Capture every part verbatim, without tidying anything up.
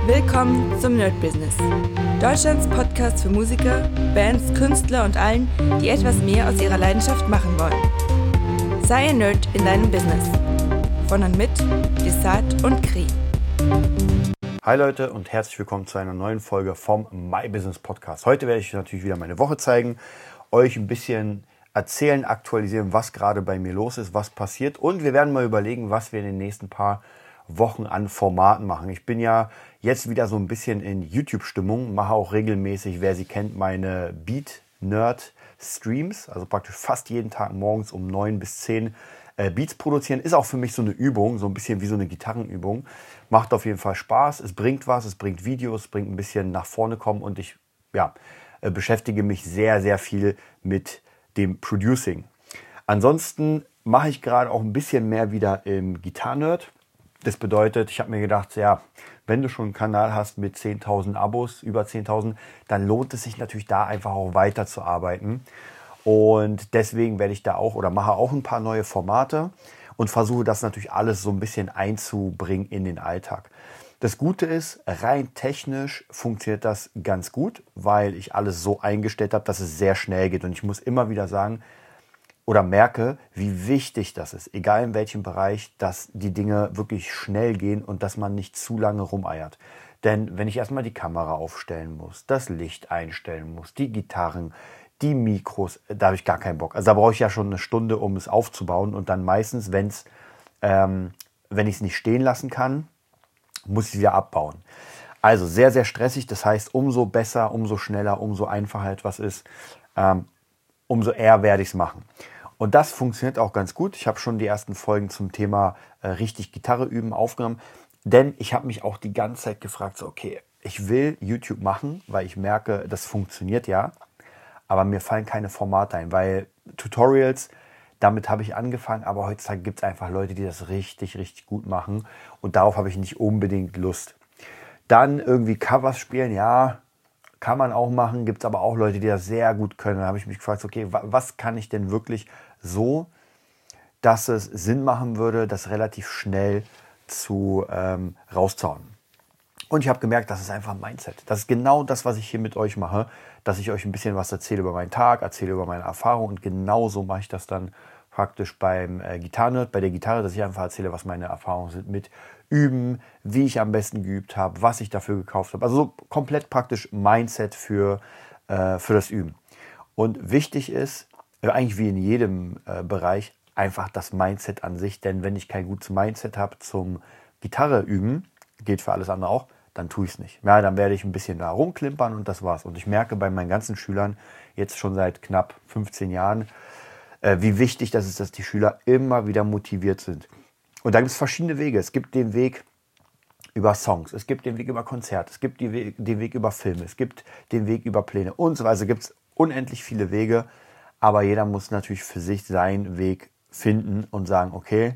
Willkommen zum Nerd Business. Deutschlands Podcast für Musiker, Bands, Künstler und allen, die etwas mehr aus ihrer Leidenschaft machen wollen. Sei ein Nerd in deinem Business. Von und mit Desart und Kri. Hi Leute und herzlich willkommen zu einer neuen Folge vom My Business Podcast. Heute werde ich natürlich wieder meine Woche zeigen, euch ein bisschen erzählen, aktualisieren, was gerade bei mir los ist, was passiert, und wir werden mal überlegen, was wir in den nächsten paar Wochen an Formaten machen. Ich bin ja jetzt wieder so ein bisschen in YouTube-Stimmung, mache auch regelmäßig, wer sie kennt, meine Beat-Nerd-Streams, also praktisch fast jeden Tag morgens um neun bis zehn äh, Beats produzieren. Ist auch für mich so eine Übung, so ein bisschen wie so eine Gitarrenübung. Macht auf jeden Fall Spaß, es bringt was, es bringt Videos, es bringt ein bisschen nach vorne kommen, und ich ja, äh, beschäftige mich sehr, sehr viel mit dem Producing. Ansonsten mache ich gerade auch ein bisschen mehr wieder im Gitarrenerd. Das bedeutet, ich habe mir gedacht, ja, wenn du schon einen Kanal hast mit zehntausend Abos, über zehntausend, dann lohnt es sich natürlich da einfach auch weiterzuarbeiten. Und deswegen werde ich da auch oder mache auch ein paar neue Formate und versuche das natürlich alles so ein bisschen einzubringen in den Alltag. Das Gute ist, rein technisch funktioniert das ganz gut, weil ich alles so eingestellt habe, dass es sehr schnell geht. Und ich muss immer wieder sagen, oder merke, wie wichtig das ist, egal in welchem Bereich, dass die Dinge wirklich schnell gehen und dass man nicht zu lange rumeiert. Denn wenn ich erstmal die Kamera aufstellen muss, das Licht einstellen muss, die Gitarren, die Mikros, da habe ich gar keinen Bock. Also da brauche ich ja schon eine Stunde, um es aufzubauen, und dann meistens, wenn's, ähm, wenn ich es nicht stehen lassen kann, muss ich es wieder abbauen. Also sehr, sehr stressig. Das heißt, umso besser, umso schneller, umso einfacher etwas ist, ähm, umso eher werde ich es machen. Und das funktioniert auch ganz gut. Ich habe schon die ersten Folgen zum Thema äh, richtig Gitarre üben aufgenommen. Denn ich habe mich auch die ganze Zeit gefragt, so okay, ich will YouTube machen, weil ich merke, das funktioniert ja. Aber mir fallen keine Formate ein, weil Tutorials, damit habe ich angefangen. Aber heutzutage gibt es einfach Leute, die das richtig, richtig gut machen. Und darauf habe ich nicht unbedingt Lust. Dann irgendwie Covers spielen, ja, kann man auch machen, gibt es aber auch Leute, die das sehr gut können. Da habe ich mich gefragt, okay, was kann ich denn wirklich so, dass es Sinn machen würde, das relativ schnell zu ähm, rauszuhauen. Und ich habe gemerkt, das ist einfach ein Mindset. Das ist genau das, was ich hier mit euch mache, dass ich euch ein bisschen was erzähle über meinen Tag, erzähle über meine Erfahrung, und genauso mache ich das dann praktisch beim äh, Gitarrenerd, bei der Gitarre, dass ich einfach erzähle, was meine Erfahrungen sind mit Üben, wie ich am besten geübt habe, was ich dafür gekauft habe. Also so komplett praktisch Mindset für, äh, für das Üben. Und wichtig ist, äh, eigentlich wie in jedem äh, Bereich, einfach das Mindset an sich. Denn wenn ich kein gutes Mindset habe zum Gitarre üben, gilt für alles andere auch, dann tue ich es nicht. Ja, dann werde ich ein bisschen da rumklimpern und das war's. Und ich merke bei meinen ganzen Schülern jetzt schon seit knapp fünfzehn Jahren, äh, wie wichtig das ist, dass die Schüler immer wieder motiviert sind. Und da gibt es verschiedene Wege. Es gibt den Weg über Songs, es gibt den Weg über Konzerte, es gibt die We- den Weg über Filme, es gibt den Weg über Pläne und so weiter. Also gibt es unendlich viele Wege, aber jeder muss natürlich für sich seinen Weg finden und sagen, okay,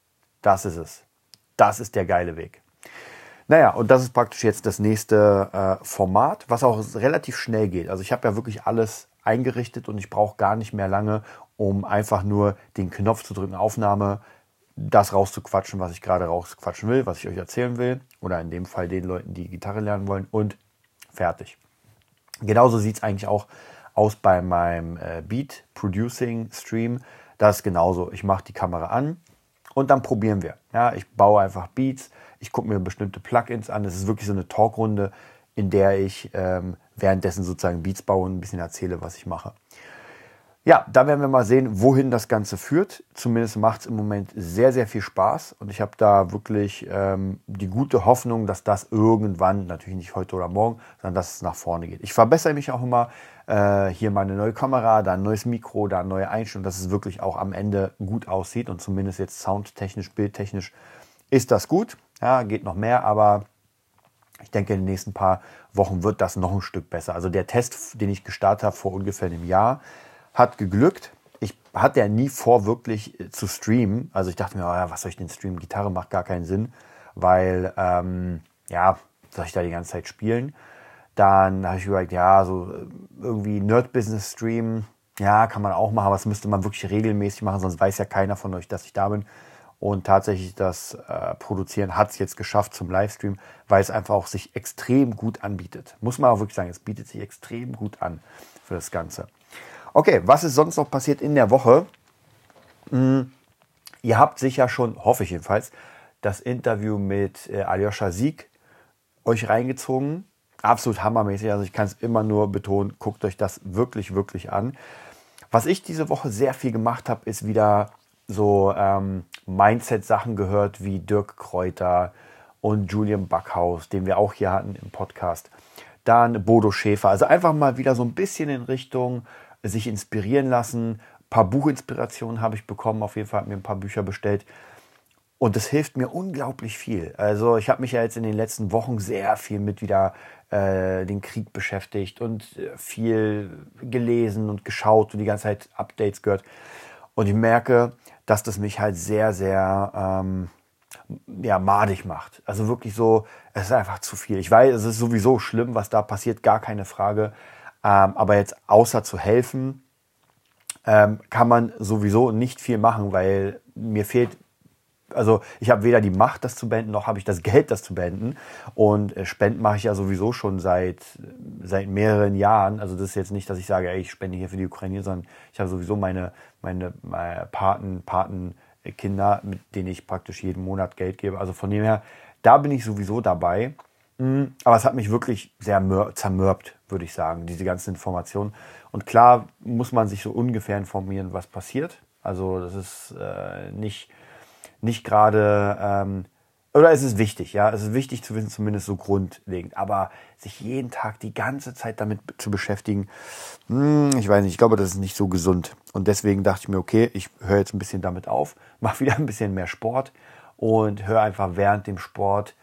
das ist es. Das ist der geile Weg. Naja, und das ist praktisch jetzt das nächste äh, Format, was auch relativ schnell geht. Also ich habe ja wirklich alles eingerichtet und ich brauche gar nicht mehr lange, um einfach nur den Knopf zu drücken, Aufnahme, das rauszuquatschen, was ich gerade rausquatschen will, was ich euch erzählen will. Oder in dem Fall den Leuten, die Gitarre lernen wollen, und fertig. Genauso sieht es eigentlich auch aus bei meinem äh, Beat-Producing-Stream. Das ist genauso. Ich mache die Kamera an und dann probieren wir. Ja, ich baue einfach Beats, ich gucke mir bestimmte Plugins an. Das ist wirklich so eine Talkrunde, in der ich ähm, währenddessen sozusagen Beats baue und ein bisschen erzähle, was ich mache. Ja, da werden wir mal sehen, wohin das Ganze führt. Zumindest macht es im Moment sehr, sehr viel Spaß. Und ich habe da wirklich ähm, die gute Hoffnung, dass das irgendwann, natürlich nicht heute oder morgen, sondern dass es nach vorne geht. Ich verbessere mich auch immer. Äh, hier mal eine neue Kamera, da ein neues Mikro, da eine neue Einstellung, dass es wirklich auch am Ende gut aussieht. Und zumindest jetzt soundtechnisch, bildtechnisch ist das gut. Ja, geht noch mehr, aber ich denke, in den nächsten paar Wochen wird das noch ein Stück besser. Also der Test, den ich gestartet habe vor ungefähr einem Jahr, hat geglückt. Ich hatte ja nie vor, wirklich zu streamen. Also ich dachte mir, oh ja, was soll ich denn streamen? Gitarre macht gar keinen Sinn, weil, ähm, ja, soll ich da die ganze Zeit spielen? Dann habe ich überlegt, ja, so irgendwie Nerd-Business-Stream, ja, kann man auch machen, aber das müsste man wirklich regelmäßig machen, sonst weiß ja keiner von euch, dass ich da bin. Und tatsächlich das äh, Produzieren hat es jetzt geschafft zum Livestream, weil es einfach auch sich extrem gut anbietet. Muss man auch wirklich sagen, es bietet sich extrem gut an für das Ganze. Okay, was ist sonst noch passiert in der Woche? Hm, ihr habt sicher schon, hoffe ich jedenfalls, das Interview mit äh, Aljoscha Sieg euch reingezogen. Absolut hammermäßig, also ich kann es immer nur betonen, guckt euch das wirklich, wirklich an. Was ich diese Woche sehr viel gemacht habe, ist wieder so ähm, Mindset-Sachen gehört wie Dirk Kräuter und Julian Backhaus, den wir auch hier hatten im Podcast. Dann Bodo Schäfer. Also einfach mal wieder so ein bisschen in Richtung sich inspirieren lassen. Ein paar Buchinspirationen habe ich bekommen. Auf jeden Fall habe ich mir ein paar Bücher bestellt. Und das hilft mir unglaublich viel. Also ich habe mich ja jetzt in den letzten Wochen sehr viel mit wieder äh, den Krieg beschäftigt und viel gelesen und geschaut und die ganze Zeit Updates gehört. Und ich merke, dass das mich halt sehr, sehr ähm, ja, madig macht. Also wirklich so, es ist einfach zu viel. Ich weiß, es ist sowieso schlimm, was da passiert, gar keine Frage. Ähm, aber jetzt außer zu helfen, ähm, kann man sowieso nicht viel machen, weil mir fehlt, also ich habe weder die Macht, das zu beenden, noch habe ich das Geld, das zu beenden. Und äh, Spenden mache ich ja sowieso schon seit, seit mehreren Jahren. Also das ist jetzt nicht, dass ich sage, ey, ich spende hier für die Ukraine, sondern ich habe sowieso meine, meine, meine Paten, Patenkinder, mit denen ich praktisch jeden Monat Geld gebe. Also von dem her, da bin ich sowieso dabei. Aber es hat mich wirklich sehr zermürbt, würde ich sagen, diese ganzen Informationen. Und klar muss man sich so ungefähr informieren, was passiert. Also das ist äh, nicht... Nicht gerade, ähm, oder es ist wichtig, ja, es ist wichtig zu wissen, zumindest so grundlegend, aber sich jeden Tag die ganze Zeit damit zu beschäftigen, mh, ich weiß nicht, ich glaube, das ist nicht so gesund. Und deswegen dachte ich mir, okay, ich höre jetzt ein bisschen damit auf, mache wieder ein bisschen mehr Sport und höre einfach während dem Sport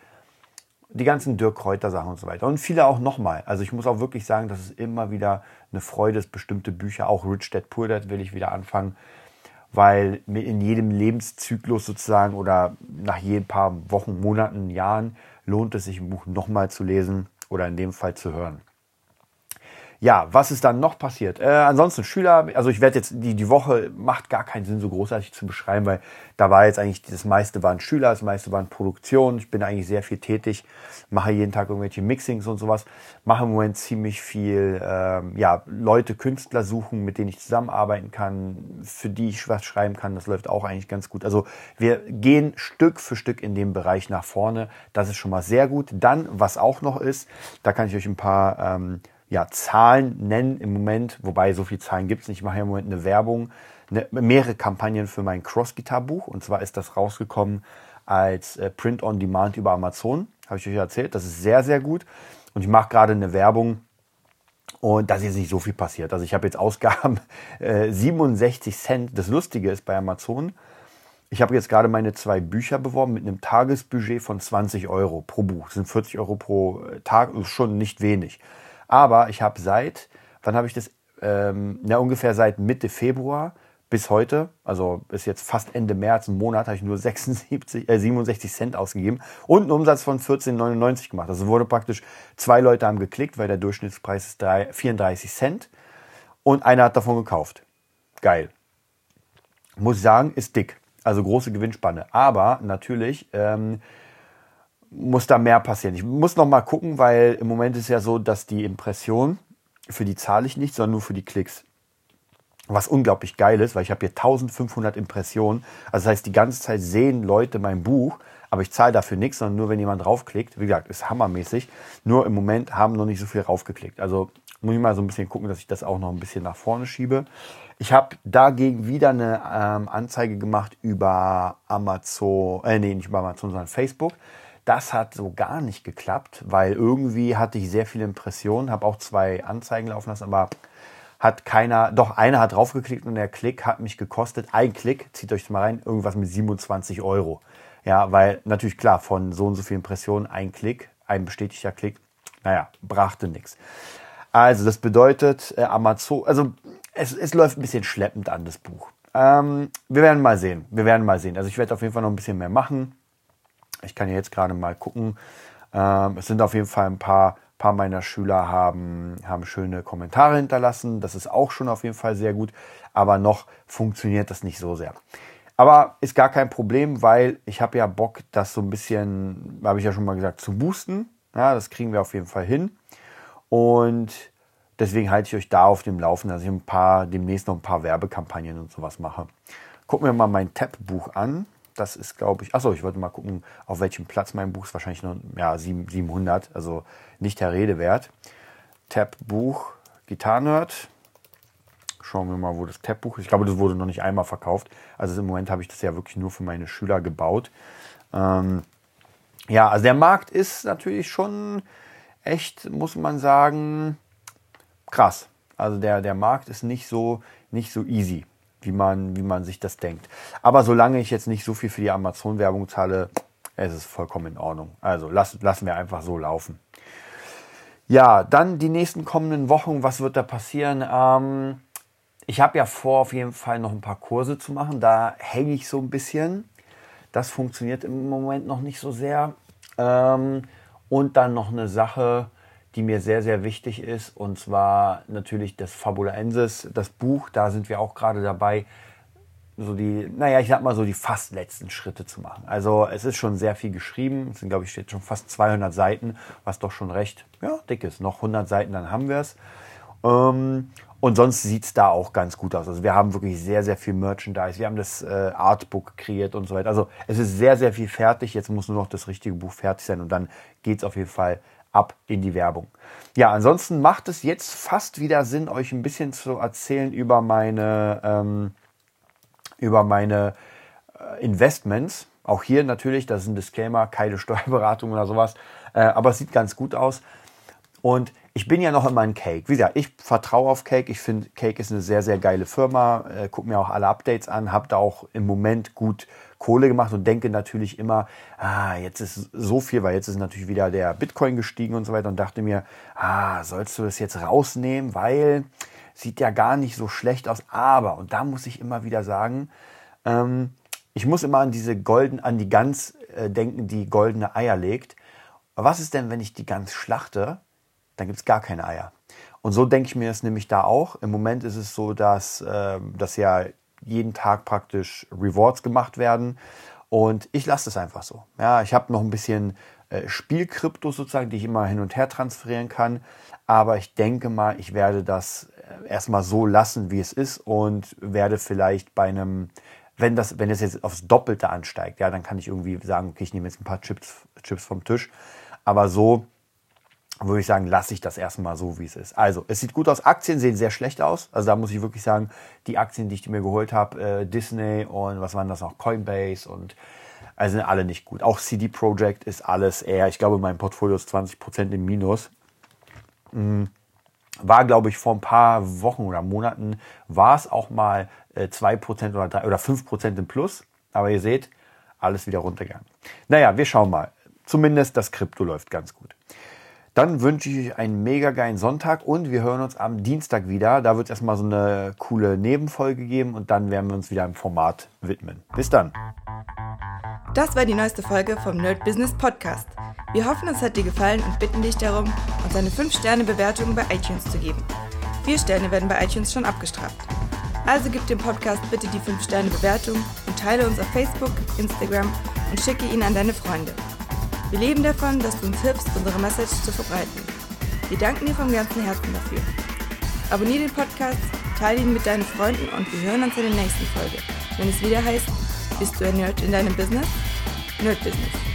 die ganzen Dirk Kräuter Sachen und so weiter. Und viele auch nochmal. Also ich muss auch wirklich sagen, dass es immer wieder eine Freude ist, bestimmte Bücher, auch Rich Dad Poor Dad will ich wieder anfangen, weil mir in jedem Lebenszyklus sozusagen oder nach jedem paar Wochen, Monaten, Jahren lohnt es sich, ein Buch nochmal zu lesen oder in dem Fall zu hören. Ja, was ist dann noch passiert? Äh, ansonsten Schüler, also ich werde jetzt, die, die Woche macht gar keinen Sinn, so großartig zu beschreiben, weil da war jetzt eigentlich, das meiste waren Schüler, das meiste waren Produktionen. Ich bin eigentlich sehr viel tätig, mache jeden Tag irgendwelche Mixings und sowas, mache im Moment ziemlich viel, ähm, ja, Leute, Künstler suchen, mit denen ich zusammenarbeiten kann, für die ich was schreiben kann, das läuft auch eigentlich ganz gut. Also wir gehen Stück für Stück in dem Bereich nach vorne, das ist schon mal sehr gut. Dann, was auch noch ist, da kann ich euch ein paar, ähm, ja, Zahlen nennen im Moment, wobei so viele Zahlen gibt es nicht. Ich mache ja im Moment eine Werbung, eine, mehrere Kampagnen für mein Cross-Guitar-Buch. Und zwar ist das rausgekommen als äh, Print-on-Demand über Amazon. Habe ich euch erzählt. Das ist sehr, sehr gut. Und ich mache gerade eine Werbung und da ist jetzt nicht so viel passiert. Also ich habe jetzt Ausgaben äh, siebenundsechzig Cent. Das Lustige ist bei Amazon, ich habe jetzt gerade meine zwei Bücher beworben mit einem Tagesbudget von zwanzig Euro pro Buch. Das sind vierzig Euro pro Tag, ist schon nicht wenig. Aber ich habe seit, wann habe ich das, ähm, ja ungefähr seit Mitte Februar bis heute, also bis jetzt fast Ende März, einen Monat, habe ich nur sechsundsiebzig, äh, siebenundsechzig Cent ausgegeben und einen Umsatz von vierzehn neunundneunzig gemacht. Also wurde praktisch, zwei Leute haben geklickt, weil der Durchschnittspreis ist drei, vierunddreißig Cent und einer hat davon gekauft. Geil. Muss ich sagen, ist dick. Also große Gewinnspanne. Aber natürlich... Ähm, muss da mehr passieren. Ich muss noch mal gucken, weil im Moment ist ja so, dass die Impression, für die zahle ich nicht, sondern nur für die Klicks. Was unglaublich geil ist, weil ich habe hier eintausendfünfhundert Impressionen. Also das heißt, die ganze Zeit sehen Leute mein Buch, aber ich zahle dafür nichts, sondern nur, wenn jemand draufklickt. Wie gesagt, ist hammermäßig. Nur im Moment haben noch nicht so viel raufgeklickt. Also muss ich mal so ein bisschen gucken, dass ich das auch noch ein bisschen nach vorne schiebe. Ich habe dagegen wieder eine ähm, Anzeige gemacht über Amazon, äh, nee, nicht über Amazon, sondern Facebook. Das hat so gar nicht geklappt, weil irgendwie hatte ich sehr viele Impressionen, habe auch zwei Anzeigen laufen lassen, aber hat keiner, doch einer hat draufgeklickt und der Klick hat mich gekostet, ein Klick, zieht euch das mal rein, irgendwas mit siebenundzwanzig Euro. Ja, weil natürlich klar, von so und so vielen Impressionen ein Klick, ein bestätigter Klick, naja, brachte nichts. Also das bedeutet, äh, Amazon, also es, es läuft ein bisschen schleppend an, das Buch. Ähm, wir werden mal sehen, wir werden mal sehen. Also ich werde auf jeden Fall noch ein bisschen mehr machen. Ich kann ja jetzt gerade mal gucken. Ähm, es sind auf jeden Fall ein paar, paar meiner Schüler haben, haben schöne Kommentare hinterlassen. Das ist auch schon auf jeden Fall sehr gut. Aber noch funktioniert das nicht so sehr. Aber ist gar kein Problem, weil ich habe ja Bock, das so ein bisschen, habe ich ja schon mal gesagt, zu boosten. Ja, das kriegen wir auf jeden Fall hin. Und deswegen halte ich euch da auf dem Laufenden, dass ich ein paar, demnächst noch ein paar Werbekampagnen und sowas mache. Gucken wir mal mein Tab-Buch an. Das ist, glaube ich, achso, ich wollte mal gucken, auf welchem Platz mein Buch ist. Wahrscheinlich nur ja, siebenhundert, also nicht der Rede wert. Tab-Buch, Gitarrenerd. Schauen wir mal, wo das Tab-Buch ist. Ich glaube, das wurde noch nicht einmal verkauft. Also im Moment habe ich das ja wirklich nur für meine Schüler gebaut. Ähm, ja, also der Markt ist natürlich schon echt, muss man sagen, krass. Also der, der Markt ist nicht so, nicht so easy, wie man, wie man sich das denkt. Aber solange ich jetzt nicht so viel für die Amazon-Werbung zahle, ist es vollkommen in Ordnung. Also lass, lassen wir einfach so laufen. Ja, dann die nächsten kommenden Wochen, was wird da passieren? Ähm, ich habe ja vor, auf jeden Fall noch ein paar Kurse zu machen. Da hänge ich so ein bisschen. Das funktioniert im Moment noch nicht so sehr. Ähm, und dann noch eine Sache, die mir sehr, sehr wichtig ist, und zwar natürlich das Fabulaensis, das Buch. Da sind wir auch gerade dabei, so die, naja, ich sag mal so die fast letzten Schritte zu machen. Also es ist schon sehr viel geschrieben. Es sind, glaube ich, jetzt schon fast zweihundert Seiten, was doch schon recht ja, dick ist. Noch hundert Seiten, dann haben wir es. Ähm, und sonst sieht es da auch ganz gut aus. Also wir haben wirklich sehr, sehr viel Merchandise. Wir haben das äh, Artbook kreiert und so weiter. Also es ist sehr, sehr viel fertig. Jetzt muss nur noch das richtige Buch fertig sein und dann geht es auf jeden Fall ab in die Werbung. Ja, ansonsten macht es jetzt fast wieder Sinn, euch ein bisschen zu erzählen über meine, ähm, über meine äh, Investments. Auch hier natürlich, das ist ein Disclaimer, keine Steuerberatung oder sowas, äh, aber es sieht ganz gut aus. Und ich bin ja noch immer in Cake. Wie gesagt, ich vertraue auf Cake. Ich finde, Cake ist eine sehr, sehr geile Firma. Äh, gucke mir auch alle Updates an. Habe da auch im Moment gut Kohle gemacht und denke natürlich immer, ah, jetzt ist so viel, weil jetzt ist natürlich wieder der Bitcoin gestiegen und so weiter. Und dachte mir, ah, sollst du das jetzt rausnehmen, weil sieht ja gar nicht so schlecht aus. Aber, und da muss ich immer wieder sagen, ähm, ich muss immer an diese golden, an die Gans äh, denken, die goldene Eier legt. Aber was ist denn, wenn ich die Gans schlachte? Dann gibt es gar keine Eier. Und so denke ich mir das nämlich da auch. Im Moment ist es so, dass, äh, dass ja jeden Tag praktisch Rewards gemacht werden. Und ich lasse das einfach so. Ja, ich habe noch ein bisschen äh, Spielkryptos sozusagen, die ich immer hin und her transferieren kann. Aber ich denke mal, ich werde das äh, erstmal so lassen, wie es ist. Und werde vielleicht bei einem, wenn das, wenn das jetzt aufs Doppelte ansteigt, ja, dann kann ich irgendwie sagen, okay, ich nehme jetzt ein paar Chips, Chips vom Tisch. Aber so würde ich sagen, lasse ich das erstmal so, wie es ist. Also, es sieht gut aus. Aktien sehen sehr schlecht aus. Also da muss ich wirklich sagen, die Aktien, die ich mir geholt habe, äh, Disney und was waren das noch, Coinbase und also sind alle nicht gut. Auch C D Projekt ist alles eher, ich glaube, mein Portfolio ist zwanzig Prozent im Minus. Mhm. War, glaube ich, vor ein paar Wochen oder Monaten, war es auch mal äh, zwei Prozent oder, drei oder fünf Prozent im Plus. Aber ihr seht, alles wieder runtergegangen. Naja, wir schauen mal. Zumindest das Krypto läuft ganz gut. Dann wünsche ich euch einen mega geilen Sonntag und wir hören uns am Dienstag wieder. Da wird es erstmal so eine coole Nebenfolge geben und dann werden wir uns wieder im Format widmen. Bis dann. Das war die neueste Folge vom Nerd Business Podcast. Wir hoffen, es hat dir gefallen und bitten dich darum, uns eine fünf Sterne Bewertung bei iTunes zu geben. vier Sterne werden bei iTunes schon abgestraft. Also gib dem Podcast bitte die fünf Sterne Bewertung und teile uns auf Facebook, Instagram und schicke ihn an deine Freunde. Wir leben davon, dass du uns hilfst, unsere Message zu verbreiten. Wir danken dir vom ganzen Herzen dafür. Abonniere den Podcast, teile ihn mit deinen Freunden und wir hören uns in der nächsten Folge, wenn es wieder heißt, bist du ein Nerd in deinem Business? Nerd Business.